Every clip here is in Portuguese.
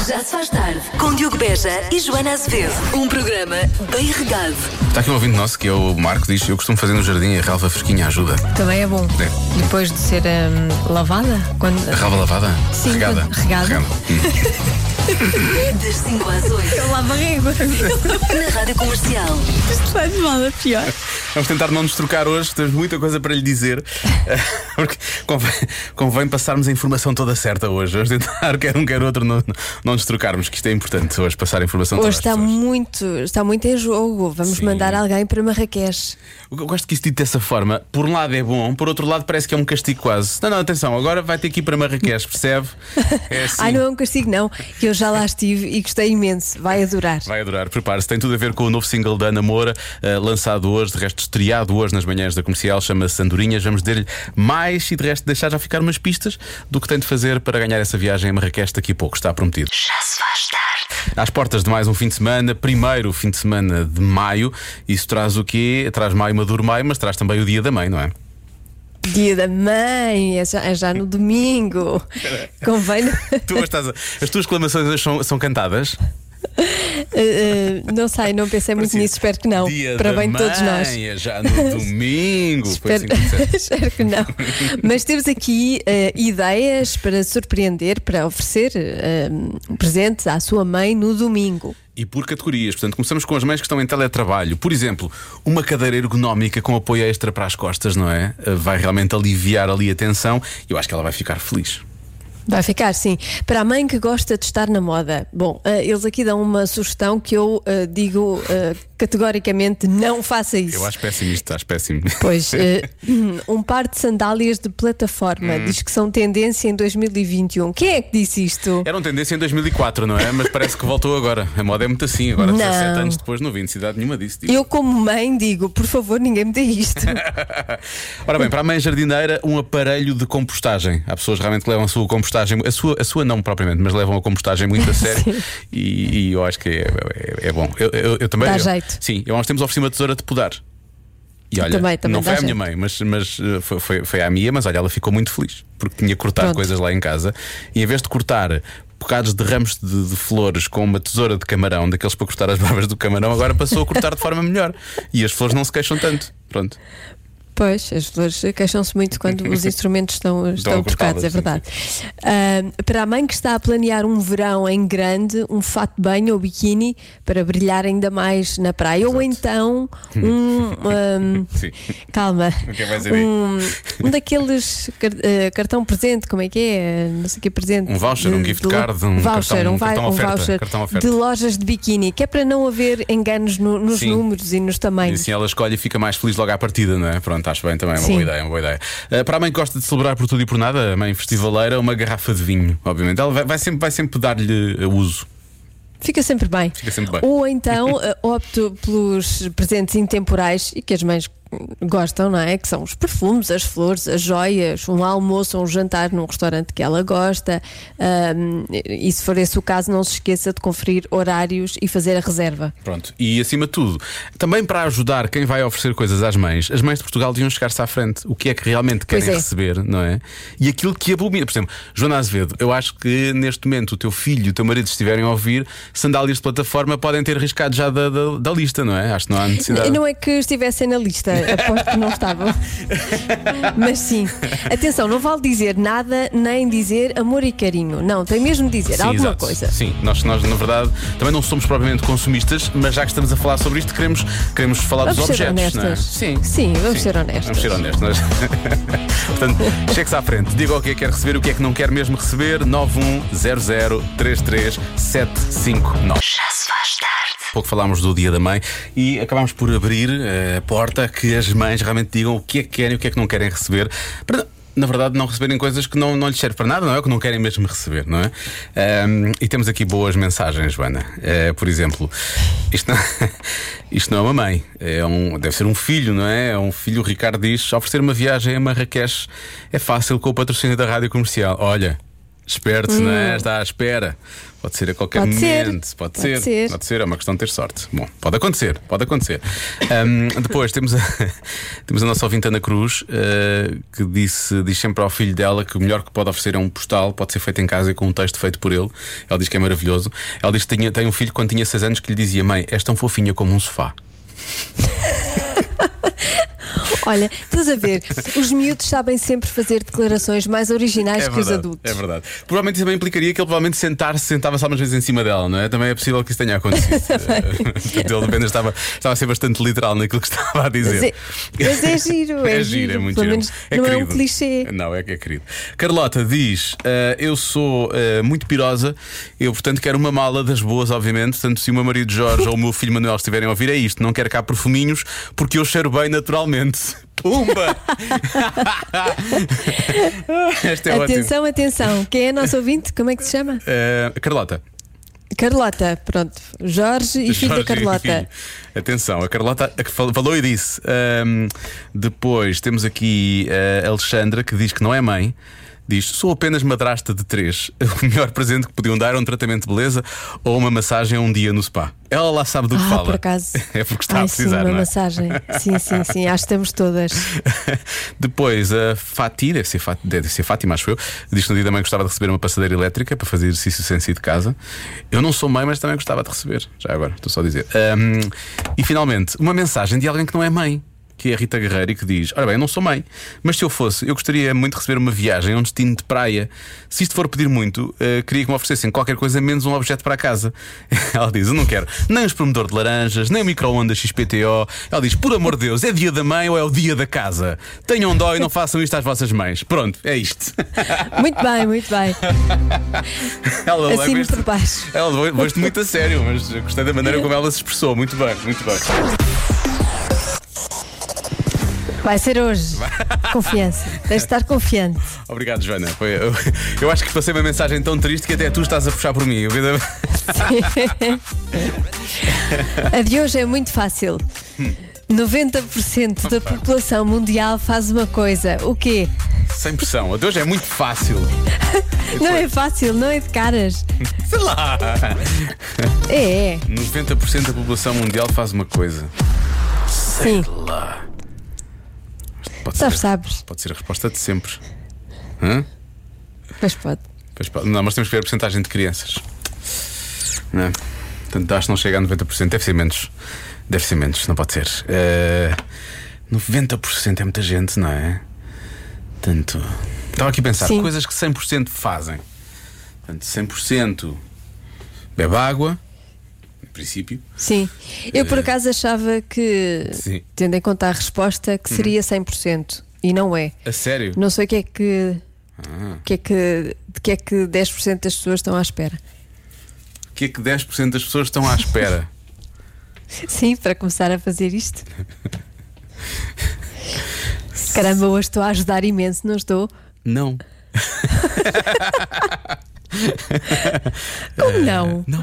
Já se faz tarde com Diogo Beja e Joana Azevedo. Um programa bem regado. Está aqui um ouvinte nosso que é o Marco, diz: eu costumo fazer no jardim a relva fresquinha ajuda. Também é bom. É. Depois de ser lavada? A relva lavada? Sim, regada. regada. Das 5 às 8 Eu lavo a régua. na Rádio Comercial. Isto vai de mal a pior. Vamos tentar não nos trocar hoje, temos muita coisa para lhe dizer. Porque convém passarmos a informação toda certa hoje. Vamos tentar, quer um, quer outro, não nos trocarmos, que isto é importante hoje, passar a informação toda. Hoje está muito em jogo. Vamos Sim. mandar alguém para Marrakech. Eu gosto que isso dito dessa forma. Por um lado é bom, por outro lado parece que é um castigo quase. Não, atenção, agora vai ter que ir para Marrakech, percebe? É assim. Ai, não é um castigo, não. Que eu já lá estive e gostei imenso. Vai adorar. Vai adorar, prepare-se. Tem tudo a ver com o novo single da Ana Moura, lançado hoje, de resto estreado hoje nas manhãs da Comercial, chama-se Andorinhas. Vamos dizer-lhe mais e de resto deixar já ficar umas pistas do que tem de fazer para ganhar essa viagem a Marrakech daqui a pouco, está prometido. Já se faz tarde. Às portas de mais um fim de semana, primeiro fim de semana de maio. Isso traz o quê? Traz Maio Maduro Maio, mas traz também o Dia da Mãe, não é? Dia da Mãe, é já no domingo. Convém. As tuas exclamações hoje são cantadas? Não sei, não pensei muito nisso, espero que não. Dia para da bem de todos nós. mãe, é já no domingo. Foi Espero, assim que disseste. espero que não. Mas temos aqui ideias para surpreender, para oferecer presentes à sua mãe no domingo. E por categorias, portanto, começamos com as mães que estão em teletrabalho. Por exemplo, uma cadeira ergonómica com apoio extra para as costas, não é? Vai realmente aliviar ali a tensão e eu acho que ela vai ficar feliz. Vai ficar, sim. Para a mãe que gosta de estar na moda. Bom, eles aqui dão uma sugestão que eu digo categoricamente: não faça isso. Eu acho péssimo isto, acho péssimo. Pois, um par de sandálias de plataforma diz que são tendência em 2021. Quem é que disse isto? Era uma tendência em 2004, não é? Mas parece que voltou agora. A moda é muito assim. Agora, Não. 17 anos depois, não vi necessidade nenhuma disso. Digo. Eu, como mãe, digo: por favor, ninguém me dê isto. Ora bem, para a mãe jardineira, um aparelho de compostagem. Há pessoas que realmente levam a sua compostagem, a sua não propriamente, mas levam a compostagem muito a sério. e eu acho que é bom. Eu também. Dá jeito. Sim, eu há uns tempos ofereci uma tesoura de podar. E olha, Também não foi dá à minha jeito. mãe, mas foi à minha, mas olha, ela ficou muito feliz porque tinha que cortar Pronto. coisas lá em casa e em vez de cortar bocados de ramos de flores com uma tesoura de camarão, daqueles para cortar as barbas do camarão, agora passou a cortar de forma melhor. E as flores não se queixam tanto. Pronto. Pois, as flores queixam-se muito quando os instrumentos estão trocados, é verdade. Para a mãe que está a planear um verão em grande, um fato de banho ou biquíni para brilhar ainda mais na praia. Exato. Ou então Sim. calma, O que é que vai dizer aí? um daqueles cartão presente, como é que é? Não sei o que é presente. Um voucher, um gift card, um voucher, cartão oferta, voucher cartão oferta. de lojas de biquíni, que é para não haver enganos nos Sim. números e nos E tamanhos. assim ela escolhe e fica mais feliz logo à partida, não é? Pronto, acho bem também, é uma Sim. boa ideia, uma boa ideia. Para a mãe que gosta de celebrar por tudo e por nada, a mãe festivaleira, uma garrafa de vinho, obviamente. Ela vai sempre dar-lhe uso. Fica sempre bem. Fica sempre bem. Ou então opto pelos presentes intemporais e que as mães gostam, não é? Que são os perfumes, as flores, as joias, um almoço ou um jantar num restaurante que ela gosta. E se for esse o caso, não se esqueça de conferir horários e fazer a reserva. Pronto, e acima de tudo, também para ajudar quem vai oferecer coisas às mães, as mães de Portugal deviam chegar-se à frente. O que é que realmente querem Pois é. receber, não é? E aquilo que abomina. Por exemplo, Joana Azevedo, eu acho que neste momento o teu filho e o teu marido, se estiverem a ouvir, sandálias de plataforma podem ter arriscado já da lista, não é? Acho que não há necessidade. Não é que estivessem na lista, aposto que não estavam. Mas sim, atenção, não vale dizer nada nem dizer amor e carinho. Não, tem mesmo de dizer Sim, alguma exato. coisa. Sim, nós na verdade também não somos propriamente consumistas, mas já que estamos a falar sobre isto, queremos falar Vamos dos ser objetos, não é? honestas. Sim, vamos ser honestas. Vamos ser honestos. Portanto, chegue-se à frente, diga o que é que quer receber, o que é que não quer mesmo receber. 910033759. Já se faz tarde. Há pouco falámos do Dia da Mãe e acabámos por abrir a porta que as mães realmente digam o que é que querem e o que é que não querem receber, para, na verdade, não receberem coisas que não lhes servem para nada, não é? O que não querem mesmo receber, não é? E temos aqui boas mensagens, Joana. Por exemplo, isto não é uma mãe, deve ser um filho, não é? É um filho. O Ricardo diz: oferecer uma viagem a Marrakech é fácil com o patrocínio da Rádio Comercial. Olha, Esperte-se, não é? Está à espera. Pode ser a qualquer Pode ser. momento. Pode Pode ser. ser. Pode ser, é uma questão de ter sorte. Bom, pode acontecer, pode acontecer. Depois temos temos a nossa ouvinte Ana Cruz, que diz sempre ao filho dela que o melhor que pode oferecer é um postal, pode ser feito em casa e com um texto feito por ele. Ela diz que é maravilhoso. Ela diz que tem um filho quando tinha 6 anos que lhe dizia: mãe, és tão fofinha como um sofá. Olha, estás a ver, os miúdos sabem sempre fazer declarações mais originais que os adultos. É verdade. Provavelmente isso também implicaria que ele provavelmente sentava-se algumas vezes em cima dela, não é? Também é possível que isso tenha acontecido. Portanto, ele apenas estava a ser bastante literal naquilo que estava a dizer. Mas é giro, É giro, é muito Pelo giro. menos não é um clichê. Não, é querido. Carlota diz: eu sou muito pirosa, eu portanto quero uma mala das boas, obviamente. Portanto, se o meu marido Jorge ou o meu filho Manuel estiverem a ouvir, é isto: não quero cá perfuminhos porque eu cheiro bem naturalmente. Pumba! Este é Atenção, atenção. Quem é a nossa ouvinte? Como é que se chama? Carlota. Carlota, pronto. Jorge e filho da Jorge e Carlota. filho. Atenção, a Carlota falou e disse. Depois temos aqui a Alexandra, que diz que não é mãe. Diz: sou apenas madrasta de 3. O melhor presente que podiam dar é um tratamento de beleza ou uma massagem um dia no spa. Ela lá sabe do que fala. Por acaso. É porque está a precisar, sim, uma não é? massagem. Sim, acho que estamos todas. Depois a Fati, deve ser Fátima, acho eu, diz que no dia da mãe gostava de receber uma passadeira elétrica para fazer exercício sem sair de casa. Eu não sou mãe, mas também gostava de receber. Já agora, estou só a dizer. E finalmente, uma mensagem de alguém que não é mãe, que é a Rita Guerreiro, e que diz: ora bem, eu não sou mãe, mas se eu fosse, eu gostaria muito de receber uma viagem a um destino de praia. Se isto for pedir muito, queria que me oferecessem qualquer coisa menos um objeto para a casa. Ela diz: eu não quero nem um espremedor de laranjas, nem um micro-ondas XPTO. Ela diz: por amor de Deus, é dia da mãe ou é o dia da casa? Tenham dó e não façam isto às vossas mães. Pronto, é isto. Muito bem, muito bem. Ela Assim leva por baixo. Ela levou-te muito a sério, mas eu gostei da maneira como ela se expressou. Muito bem, muito bem. Vai ser hoje. Confiança. Tens de estar confiante. Obrigado, Joana. Eu acho que passei uma mensagem tão triste que até tu estás a puxar por mim. A de hoje é muito fácil. 90% da população mundial faz uma coisa. O quê? Sem pressão. A de hoje é muito fácil. Não é fácil, não é de caras. Sei lá. É. 90% da população mundial faz uma coisa. Sei Sim. lá. Sabes. Pode ser a resposta de sempre. Hã? Pois pode. Não, mas temos que ver a porcentagem de crianças. Não é? Portanto, acho que não chega a 90%. Deve ser menos. Não pode ser. 90% é muita gente, não é? Tanto. Estava aqui a pensar, Sim. coisas que 100% fazem. Portanto, 100% bebe água, em princípio. Sim. Eu por acaso achava que, Sim. tendo em conta a resposta, que seria 100%. E não é. A sério? Não sei o que é que. De que é que 10% das pessoas estão à espera? O que é que 10% das pessoas estão à espera? Sim, para começar a fazer isto. Caramba, hoje estou a ajudar imenso, não estou? Não. Como não? Não.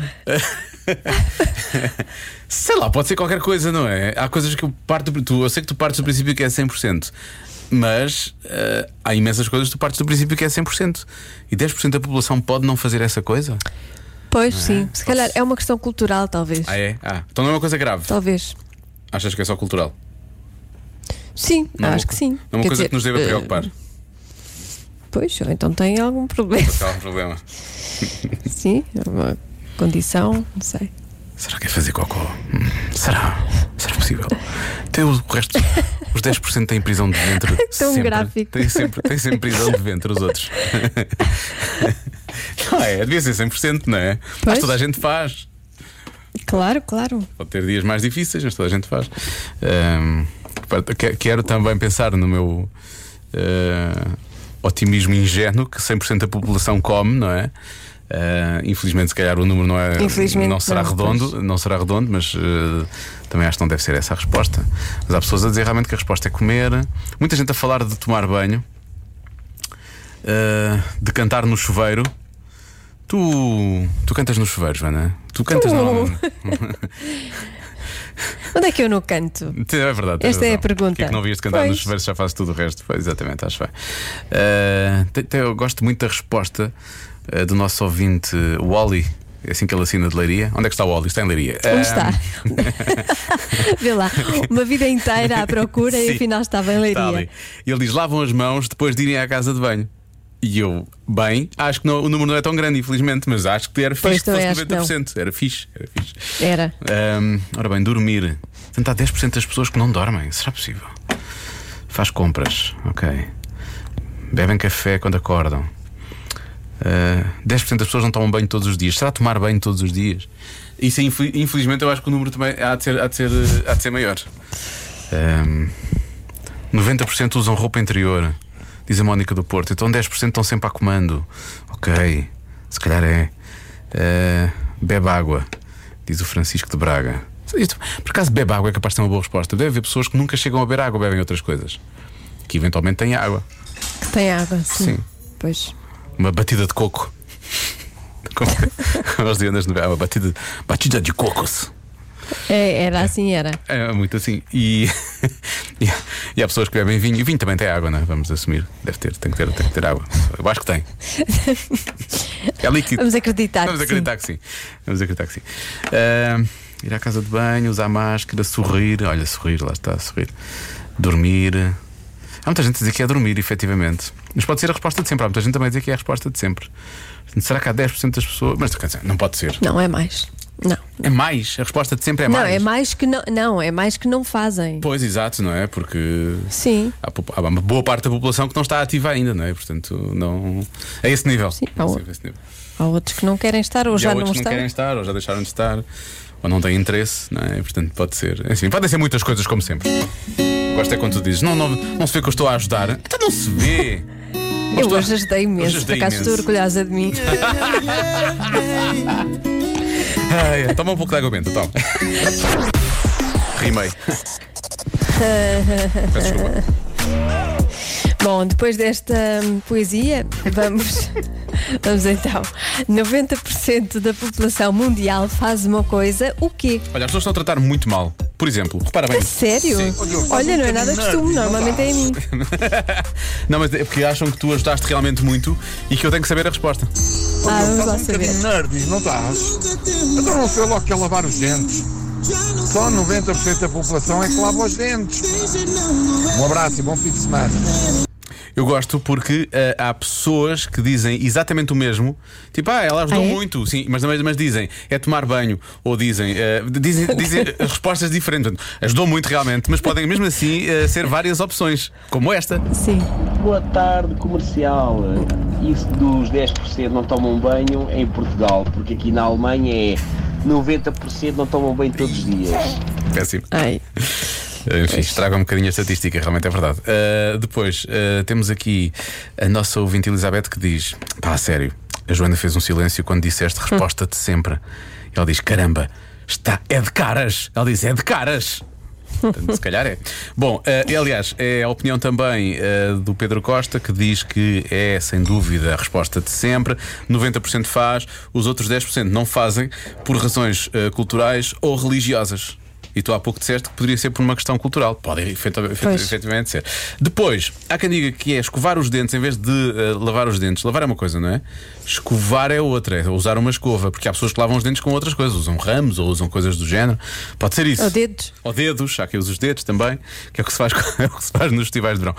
Sei lá, pode ser qualquer coisa, não é? Há coisas que eu sei que tu partes do princípio que é 100%, mas há imensas coisas que tu partes do princípio que é 100%. E 10% da população pode não fazer essa coisa? Pois, sim. Se calhar é uma questão cultural, talvez. Ah, é? Então não é uma coisa grave. Talvez. Achas que é só cultural? Sim, Não, acho que sim. Não é uma Quer coisa dizer, que nos deva preocupar. Pois, ou então tem algum problema. Há um problema. Sim, é uma condição, não sei. Será que é fazer cocó? Será possível? Tem o resto. Os 10% têm prisão de ventre. Tão sempre. gráfico. Tem sempre prisão de ventre, os outros. Não é? Devia ser 100%, não é? Mas Pois. toda a gente faz. Claro, claro. Pode ter dias mais difíceis, mas toda a gente faz. Quero também pensar no meu otimismo ingênuo que 100% da população come, não é? Infelizmente, se calhar o número não será redondo, mas também acho que não deve ser essa a resposta. Mas há pessoas a dizer realmente que a resposta é comer. Muita gente a falar de tomar banho, de cantar no chuveiro. Tu cantas no chuveiro, Joana? Tu cantas no. Onde é que eu não canto? É verdade. tens Esta é a razão. pergunta. Porque é que não vias de cantar Pois. nos chuveiros, já fazes tudo o resto? Pois, exatamente, acho bem. Eu gosto muito da resposta do nosso ouvinte Wally. É assim que ele assina de Leiria. Onde é que está o Wally? Está em Leiria. Onde está? Vê lá, uma vida inteira à procura e afinal estava em Está Leiria. ali. E ele diz: lavam as mãos depois de irem à casa de banho. E eu, bem, acho que o número não é tão grande, infelizmente, mas acho que era fixe que fosse 90%. Era fixe. Era. Ora bem, dormir. Portanto, há 10% das pessoas que não dormem. Será possível? Faz compras, ok. Bebem café quando acordam. 10% das pessoas não tomam banho todos os dias. Será tomar banho todos os dias? Isso, infelizmente, eu acho que o número também há de ser maior. 90% usam roupa interior, diz a Mónica do Porto. Então 10% estão sempre a comando. Ok, se calhar é. Bebe água, diz o Francisco de Braga. Por acaso bebe água é capaz de ter uma boa resposta. Deve haver pessoas que nunca chegam a beber água, bebem outras coisas, que eventualmente têm água. Que tem água, sim. Pois. Uma batida de coco. Como nós dizemos, uma batida de cocos. Era assim, era. É muito assim. E há pessoas que bebem vinho. E vinho também tem água, não é? Vamos assumir. Tem que ter água. Eu acho que tem. É líquido. Vamos acreditar que sim. Ir à casa de banho, usar máscara, sorrir. Olha, sorrir, lá está, sorrir. Dormir. Há muita gente a dizer que é dormir, efetivamente. Mas pode ser a resposta de sempre. Há muita gente também a dizer que é a resposta de sempre. Será que há 10% das pessoas? Mas quer dizer, não pode ser. Não, é mais. Não. É mais? A resposta de sempre é mais? Não, é mais que não, é mais que não fazem. Pois, exato, não é? Porque sim. há uma boa parte da população que não está ativa ainda, não é? Portanto, não. É esse nível. Sim, há outros que não querem estar ou já não estão. Não querem estar ou já deixaram de estar ou não têm interesse, não é? Portanto, pode ser. Enfim, podem ser muitas coisas, como sempre. Gosto é quando tu dizes: não se vê que eu estou a ajudar. Então não se vê. Eu hoje ajudei imenso, por acaso estou orgulhosa de mim. Toma um pouco de água benta, toma. Rimei. Peço desculpa. Bom, depois desta poesia, vamos então. 90% da população mundial faz uma coisa, o quê? Olha, as pessoas estão a tratar muito mal. Por exemplo, repara bem. A sério? Sim. Olha, não é nada costume, normalmente é a mim. Não, mas é porque acham que tu ajudaste realmente muito e que eu tenho que saber a resposta. Vamos lá saber. Nerds, não estás? Então não sei logo que é lavar os dentes. Só 90% da população é que lava os dentes. Um abraço e bom fim de semana. Eu gosto porque há pessoas que dizem exatamente o mesmo. Tipo, ela ajudou muito, sim, mas dizem é tomar banho. Ou dizem respostas diferentes. Ajudou muito realmente, mas podem mesmo assim ser várias opções, como esta. Sim. Boa tarde, comercial. Isso dos 10% não tomam banho é em Portugal, porque aqui na Alemanha é 90% não tomam banho todos os dias. Péssimo. Enfim, estraga um bocadinho a estatística, realmente é verdade. Depois temos aqui a nossa ouvinte Elizabeth que diz: pá, a sério, a Joana fez um silêncio quando disseste resposta de sempre. Ela diz: caramba, é de caras. Ela diz: é de caras. Portanto, se calhar é. Bom, aliás, é a opinião também do Pedro Costa, que diz que é, sem dúvida, a resposta de sempre. 90% faz, os outros 10% não fazem por razões culturais ou religiosas. E tu há pouco disseste que poderia ser por uma questão cultural. Pode efetivamente ser. Depois, há quem diga que é escovar os dentes em vez de lavar os dentes. Lavar é uma coisa, não é? Escovar é outra, é usar uma escova. Porque há pessoas que lavam os dentes com outras coisas. Usam ramos ou usam coisas do género. Pode ser isso. Ou dedos. Ou dedos, há quem usa os dedos também. Que é o que se faz, nos festivais de verão.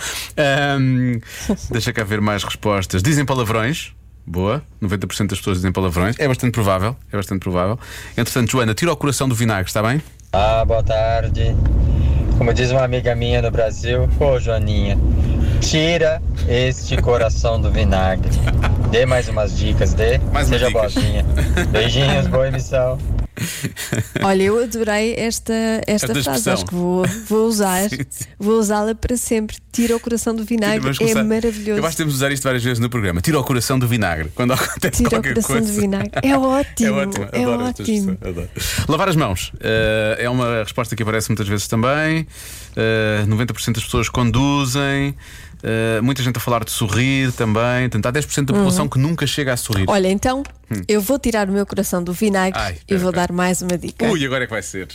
Deixa cá ver mais respostas. Dizem palavrões. Boa, 90% das pessoas dizem palavrões. É bastante provável. Entretanto, Joana, tira o coração do vinagre, está bem? Boa tarde. Como diz uma amiga minha no Brasil: Joaninha, tira este coração do vinagre. Dê mais umas dicas, seja boazinha. Beijinhos, boa emissão. Olha, eu adorei esta frase. Acho que vou usar. Vou usá-la para sempre. Tira o coração do vinagre, é maravilhoso. Eu acho que temos de usar isto várias vezes no programa. Tira o coração do vinagre. Quando acontece qualquer coisa. Tira o coração do vinagre. É ótimo. Ótimo. Adoro. Lavar as mãos é uma resposta que aparece muitas vezes também. 90% das pessoas conduzem. Muita gente a falar de sorrir também. Portanto, há 10% da população que nunca chega a sorrir. Olha, então eu vou tirar o meu coração do vinagre e vou dar mais uma dica. Ui, agora é que vai ser.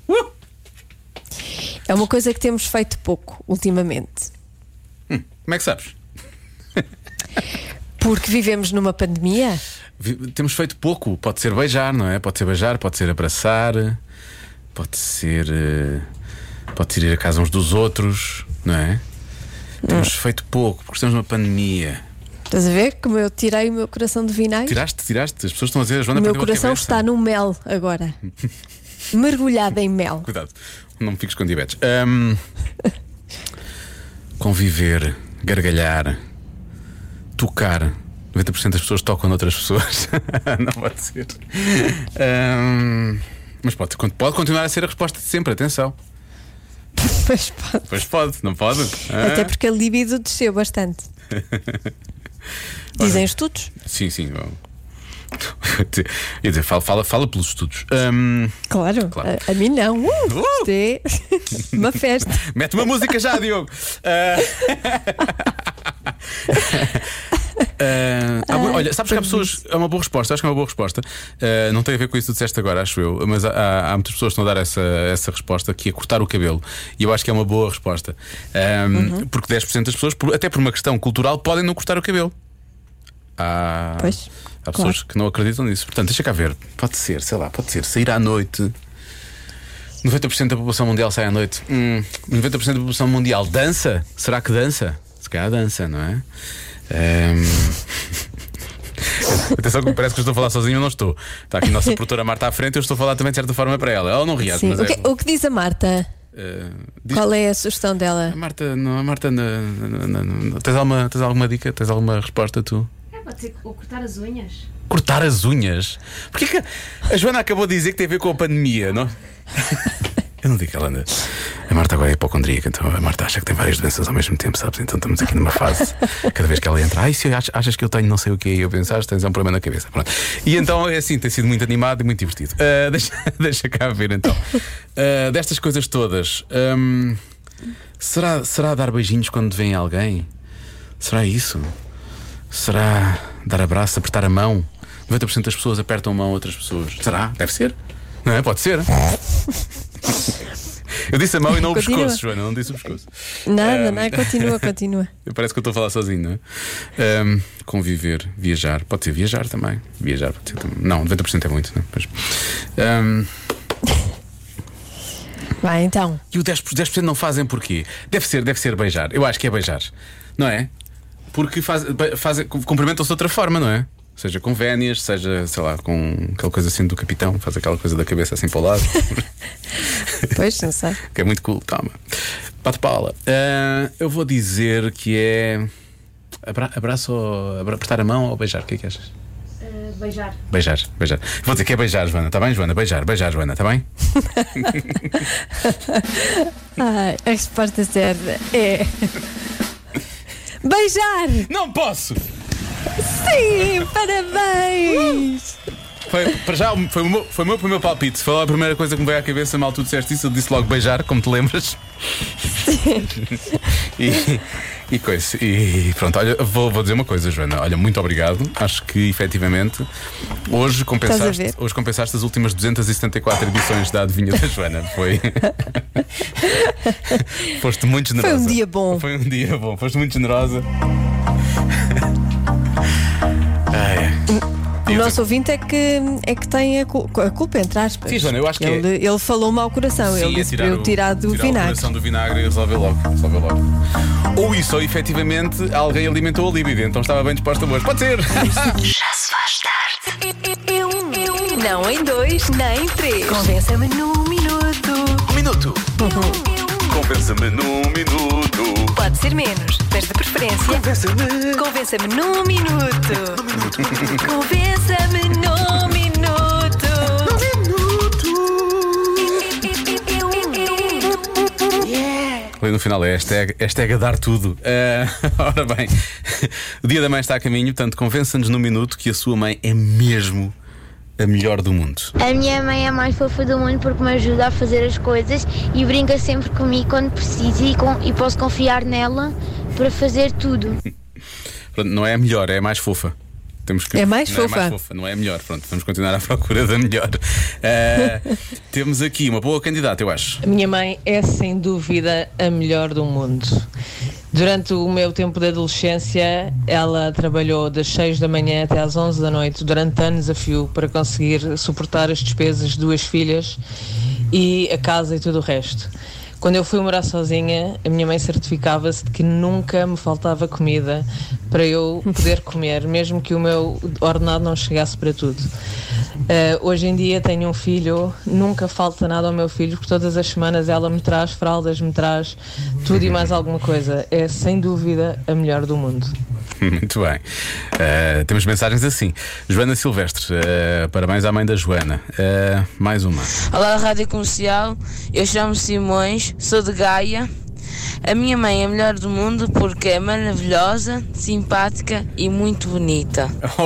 É uma coisa que temos feito pouco ultimamente. Como é que sabes? Porque vivemos numa pandemia? Temos feito pouco. Pode ser beijar, não é? Pode ser beijar, pode ser abraçar, pode ser ir a casa uns dos outros, não é? Temos feito pouco porque estamos numa pandemia. Estás a ver como eu tirei o meu coração de vinagre? Tiraste. As pessoas estão a dizer, a Joana O meu perdeu a coração cabeça. está no mel agora. Mergulhado em mel. Cuidado, não me fiques com diabetes. Conviver, gargalhar, tocar. 90% das pessoas tocam noutras pessoas. Não pode ser. Mas pode continuar a ser a resposta de sempre, atenção. Pois pode. Pois pode, não pode? Até porque a libido desceu bastante. Dizem estudos. Sim. Ia dizer, fala pelos estudos. Claro. A mim não. Isto é uma festa. Mete uma música já, Diogo. Olha, sabes que há pessoas. É uma boa resposta, acho que é uma boa resposta. Não tem a ver com isso que tu disseste agora, acho eu. Mas há muitas pessoas que estão a dar essa resposta, que é cortar o cabelo. E eu acho que é uma boa resposta. Porque 10% das pessoas, até por uma questão cultural, podem não cortar o cabelo. Há pessoas que não acreditam nisso. Portanto, deixa cá ver. Pode ser sair à noite. 90% da população mundial sai à noite. 90% da população mundial dança? Será que dança? Se calhar dança, não é? Atenção que me parece que eu estou a falar sozinho, eu não estou. Está aqui a nossa produtora Marta à frente, eu estou a falar também de certa forma para ela. Ela não reage, mas o que diz a Marta? Qual é a sugestão dela? A Marta, tens alguma dica? Tens alguma resposta tu? Pode ser ou cortar as unhas. Cortar as unhas? Porquê que a Joana acabou de dizer que tem a ver com a pandemia, não? Eu não digo que ela anda. A Marta agora é hipocondríaca, então a Marta acha que tem várias doenças ao mesmo tempo, sabes? Então estamos aqui numa fase. Cada vez que ela entra, se achas que eu tenho não sei o que, eu penso, tens um problema na cabeça. Pronto. E então é assim, tem sido muito animado e muito divertido. Deixa cá ver então. Destas coisas todas, será dar beijinhos quando vem alguém? Será isso? Será dar abraço, apertar a mão? 90% das pessoas apertam a mão a outras pessoas. Será? Deve ser. Não é? Pode ser. Eu disse a mão e não o pescoço, Joana, não disse o pescoço. Não, continua. Parece que eu estou a falar sozinho, não é? Conviver, viajar. Pode ser viajar também. Viajar pode ser também. Não, 90% é muito, não é? Vai então. E o 10% não fazem porquê? Deve ser beijar. Eu acho que é beijar, não é? Porque cumprimentam-se de outra forma, não é? Seja com vénias, seja, sei lá, com aquela coisa assim do capitão, faz aquela coisa da cabeça assim para o lado. Pois, não sei. Que é muito cool, toma. Bate pala. Eu vou dizer que é abraço ou apertar a mão ou beijar, o que é que achas? Beijar. Beijar. Vou dizer que é beijar, Joana, está bem, Joana? Beijar, Joana, está bem? A resposta certa é beijar! Não posso! Sim, parabéns! Foi o meu primeiro palpite. Foi logo a primeira coisa que me veio à cabeça. Mal tu disseste isso, eu disse logo beijar, como te lembras. Sim. E coisa. E pronto, olha, vou dizer uma coisa, Joana. Olha, muito obrigado. Acho que efetivamente hoje compensaste as últimas 274 edições da Adivinha da Joana. Foste muito generosa. Foi um dia bom. Foste muito generosa. O nosso ouvinte é que tem a culpa, entre aspas. Sim, Joana, eu acho que ele falou-me ao coração. Sim, ele disse para eu tirar do vinagre. O coração do vinagre e resolveu logo. Ou isso, ou efetivamente alguém alimentou a libido, então estava bem disposta hoje. Pode ser! Já se faz tarde. Não em 2, nem em 3. Convença-me num minuto. Um minuto. Convença-me num minuto. Pode ser menos, mas de preferência. Convença-me num minuto. Convença-me num minuto. Ali no final é hashtag a dar tudo. Ora bem, o Dia da Mãe está a caminho, portanto convença-nos num minuto que a sua mãe é mesmo a melhor do mundo. A minha mãe é a mais fofa do mundo porque me ajuda a fazer as coisas e brinca sempre comigo quando preciso e posso confiar nela para fazer tudo. Não é a melhor, é a mais fofa. É mais fofa. É mais fofa, não é a melhor. Pronto, vamos continuar à procura da melhor. Temos aqui uma boa candidata, eu acho. A minha mãe é sem dúvida a melhor do mundo. Durante o meu tempo de adolescência, ela trabalhou das 6 da manhã até às 11 da noite, durante anos a fio, para conseguir suportar as despesas de 2 filhas e a casa e tudo o resto. Quando eu fui morar sozinha, a minha mãe certificava-se de que nunca me faltava comida para eu poder comer, mesmo que o meu ordenado não chegasse para tudo. Hoje em dia tenho um filho, nunca falta nada ao meu filho, porque todas as semanas ela me traz fraldas, me traz tudo e mais alguma coisa. É sem dúvida a melhor do mundo. Muito bem. Temos mensagens assim. Joana Silvestre, parabéns à mãe da Joana. Mais uma. Olá, Rádio Comercial. Eu chamo Simões, sou de Gaia. A minha mãe é a melhor do mundo porque é maravilhosa, simpática e muito bonita.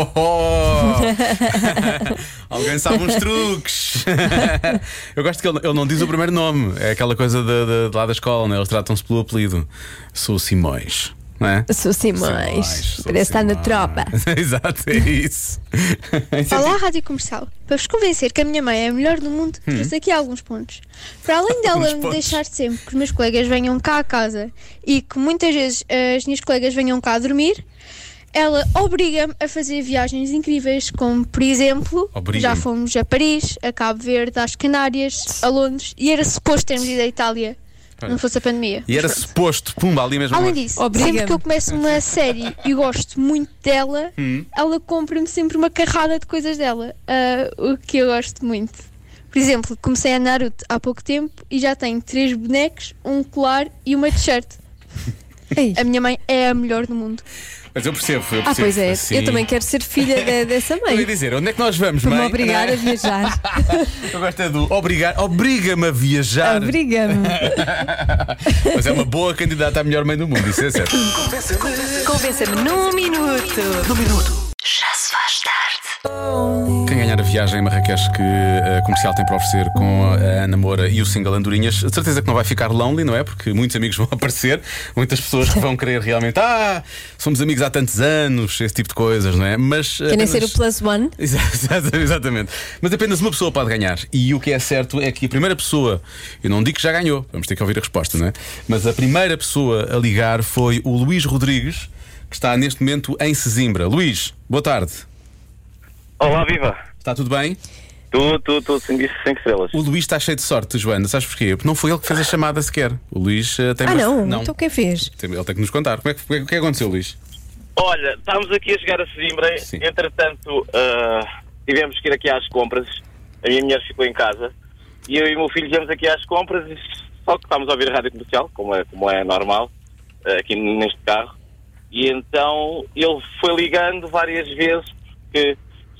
Alguém sabe uns truques. Eu gosto que ele não diz o primeiro nome. É aquela coisa de lá da escola, né? Eles tratam-se pelo apelido. Sou Simões. Não é? Sou Simões. Parece estar na tropa. Exato, é isso. Olá, Rádio Comercial. Para vos convencer que a minha mãe é a melhor do mundo, trouxe aqui alguns pontos. Para além dela me deixar sempre que os meus colegas venham cá a casa e que muitas vezes as minhas colegas venham cá a dormir, ela obriga-me a fazer viagens incríveis, como por exemplo, já fomos a Paris, a Cabo Verde, às Canárias, a Londres, e era suposto termos ido à Itália. Não fosse a pandemia. E era suposto, pumba, ali mesmo. Além disso, sempre que eu começo uma série e gosto muito dela, ela compra-me sempre uma carrada de coisas dela, o que eu gosto muito. Por exemplo, comecei a Naruto há pouco tempo e já tenho 3 bonecos, um colar e uma t-shirt. A minha mãe é a melhor do mundo. Mas eu percebo. Pois é, assim. eu também quero ser filha dessa mãe. Eu ia dizer, onde é que nós vamos, mãe? Para me obrigar a viajar. Eu gosto do obriga-me a viajar. Obriga-me. Mas é uma boa candidata à melhor mãe do mundo, isso é certo. Convença-me num minuto. Já se faz tarde. Quem ganhar a viagem em Marrakech que a Comercial tem para oferecer com a Ana Moura e o single Andorinhas, de certeza que não vai ficar lonely, não é? Porque muitos amigos vão aparecer, muitas pessoas que vão querer realmente somos amigos há tantos anos, esse tipo de coisas, não é? Mas querem ser o plus one. Exatamente. Mas apenas uma pessoa pode ganhar. E o que é certo é que a primeira pessoa, eu não digo que já ganhou, vamos ter que ouvir a resposta, não é? Mas a primeira pessoa a ligar foi o Luís Rodrigues, que está neste momento em Sesimbra. Luís, boa tarde. Olá, viva! Está tudo bem? Tudo, 5 estrelas. O Luís está cheio de sorte, Joana, sabes porquê? Porque não foi ele que fez a chamada sequer. O Luís tem não? Então quem fez? Ele tem que nos contar. O que aconteceu, Luís? Olha, estávamos aqui a chegar a Sesimbra. Sim. Entretanto, tivemos que ir aqui às compras. A minha mulher ficou em casa e eu e o meu filho viemos aqui às compras. Só que estávamos a ouvir a rádio comercial, como é normal, aqui neste carro. E então ele foi ligando várias vezes, porque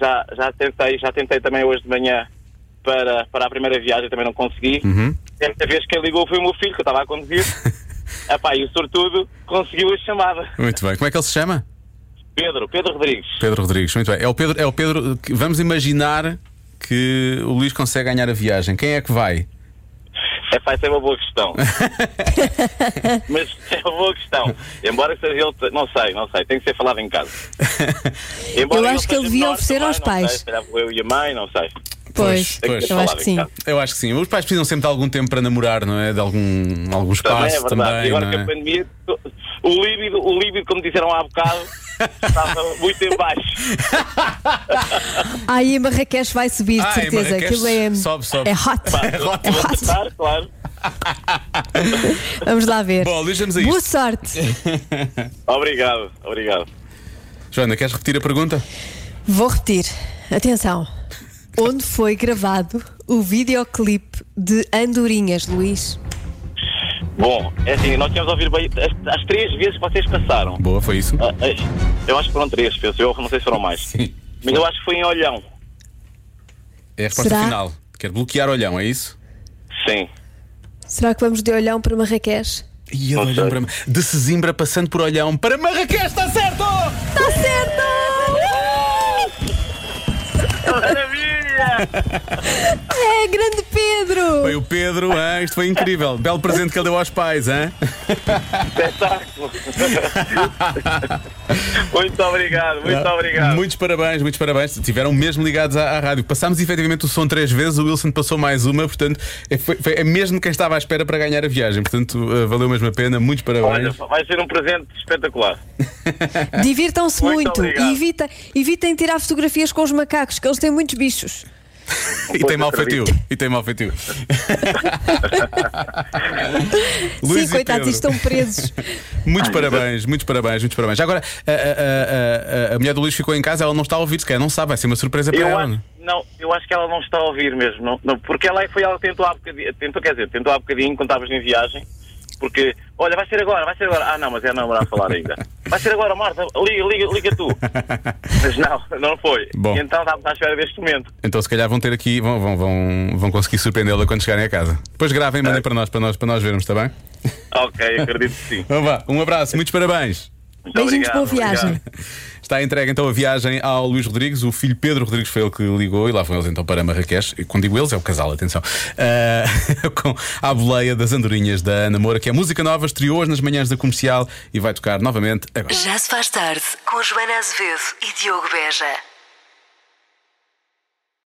já tentei também hoje de manhã para a primeira viagem, também não consegui. Desta vez quem ligou foi o meu filho, que eu estava a conduzir. E o sortudo conseguiu a chamada. Muito bem, como é que ele se chama? Pedro Rodrigues. Pedro Rodrigues, muito bem. É o Pedro. Vamos imaginar que o Luís consegue ganhar a viagem. Quem é que vai? Essa é uma boa questão. Mas é uma boa questão. Embora seja ele, não sei, tem que ser falado em casa. Eu acho que ele devia oferecer aos pais. Se calhar eu e a mãe, não sei. Pois, eu acho que sim. Eu acho que sim. Os pais precisam sempre de algum tempo para namorar, não é? De algum espaço também. E agora que a pandemia, o líbido, como disseram há bocado, estava muito em baixo. Aí em Marrakech vai subir, de certeza. Aquilo sobe. É hot. É hot. Claro. Vamos lá ver. Bom, deixamos a isto. Boa sorte. Obrigado. Joana, queres repetir a pergunta? Vou repetir. Atenção. Onde foi gravado o videoclipe de Andorinhas, Luís? Bom, é assim, nós tínhamos a ouvir bem as 3 vezes que vocês passaram. Boa, foi isso? Eu acho que foram 3, eu não sei se foram mais. Sim. Mas eu acho que foi em Olhão. É a resposta final. Quer bloquear Olhão, é isso? Sim. Será que vamos de Olhão para Marrakech? De Sesimbra passando por Olhão para Marrakech, está certo! Está certo! Maravilha! É, grande Pedro! Foi o Pedro, isto foi incrível. Belo presente que ele deu aos pais, hein? Espetáculo. Muito obrigado, muito obrigado. Muitos parabéns. Tiveram mesmo ligados à rádio. Passámos efetivamente o som 3 vezes, o Wilson passou mais uma, portanto, é mesmo quem estava à espera para ganhar a viagem. Portanto, valeu mesmo a pena. Muitos parabéns. Olha, vai ser um presente espetacular. Divirtam-se muito e obrigado. evitem tirar fotografias com os macacos, que eles têm muitos bichos. E tem mau feitio. Sim, coitados, estão presos. Muitos parabéns. Agora, a mulher do Luís ficou em casa, ela não está a ouvir, se calhar não sabe, vai ser uma surpresa para ela. Eu acho que ela não está a ouvir mesmo. Não, porque ela tentou há bocadinho quando estavas em viagem. Porque, olha, vai ser agora. Ah, não, mas é a namorada a falar ainda. Vai ser agora, Marta, liga tu. Mas não foi. Bom. E então estávamos à espera deste momento. Então se calhar vão ter aqui, vão conseguir surpreendê-la quando chegarem a casa. Depois gravem e mandem para nós vermos, está bem? Ok, acredito que sim. Então vá, um abraço, muitos parabéns. Beijinhos, boa viagem. Está entregue então a viagem ao Luís Rodrigues. O filho Pedro Rodrigues foi ele que ligou. E lá vão eles então para Marrakech. E quando digo eles, é o casal, atenção. Com a boleia das andorinhas da Ana Moura, que é música nova, estreou hoje nas manhãs da Comercial e vai tocar novamente agora. Já se faz tarde com Joana Azevedo e Diogo Beja.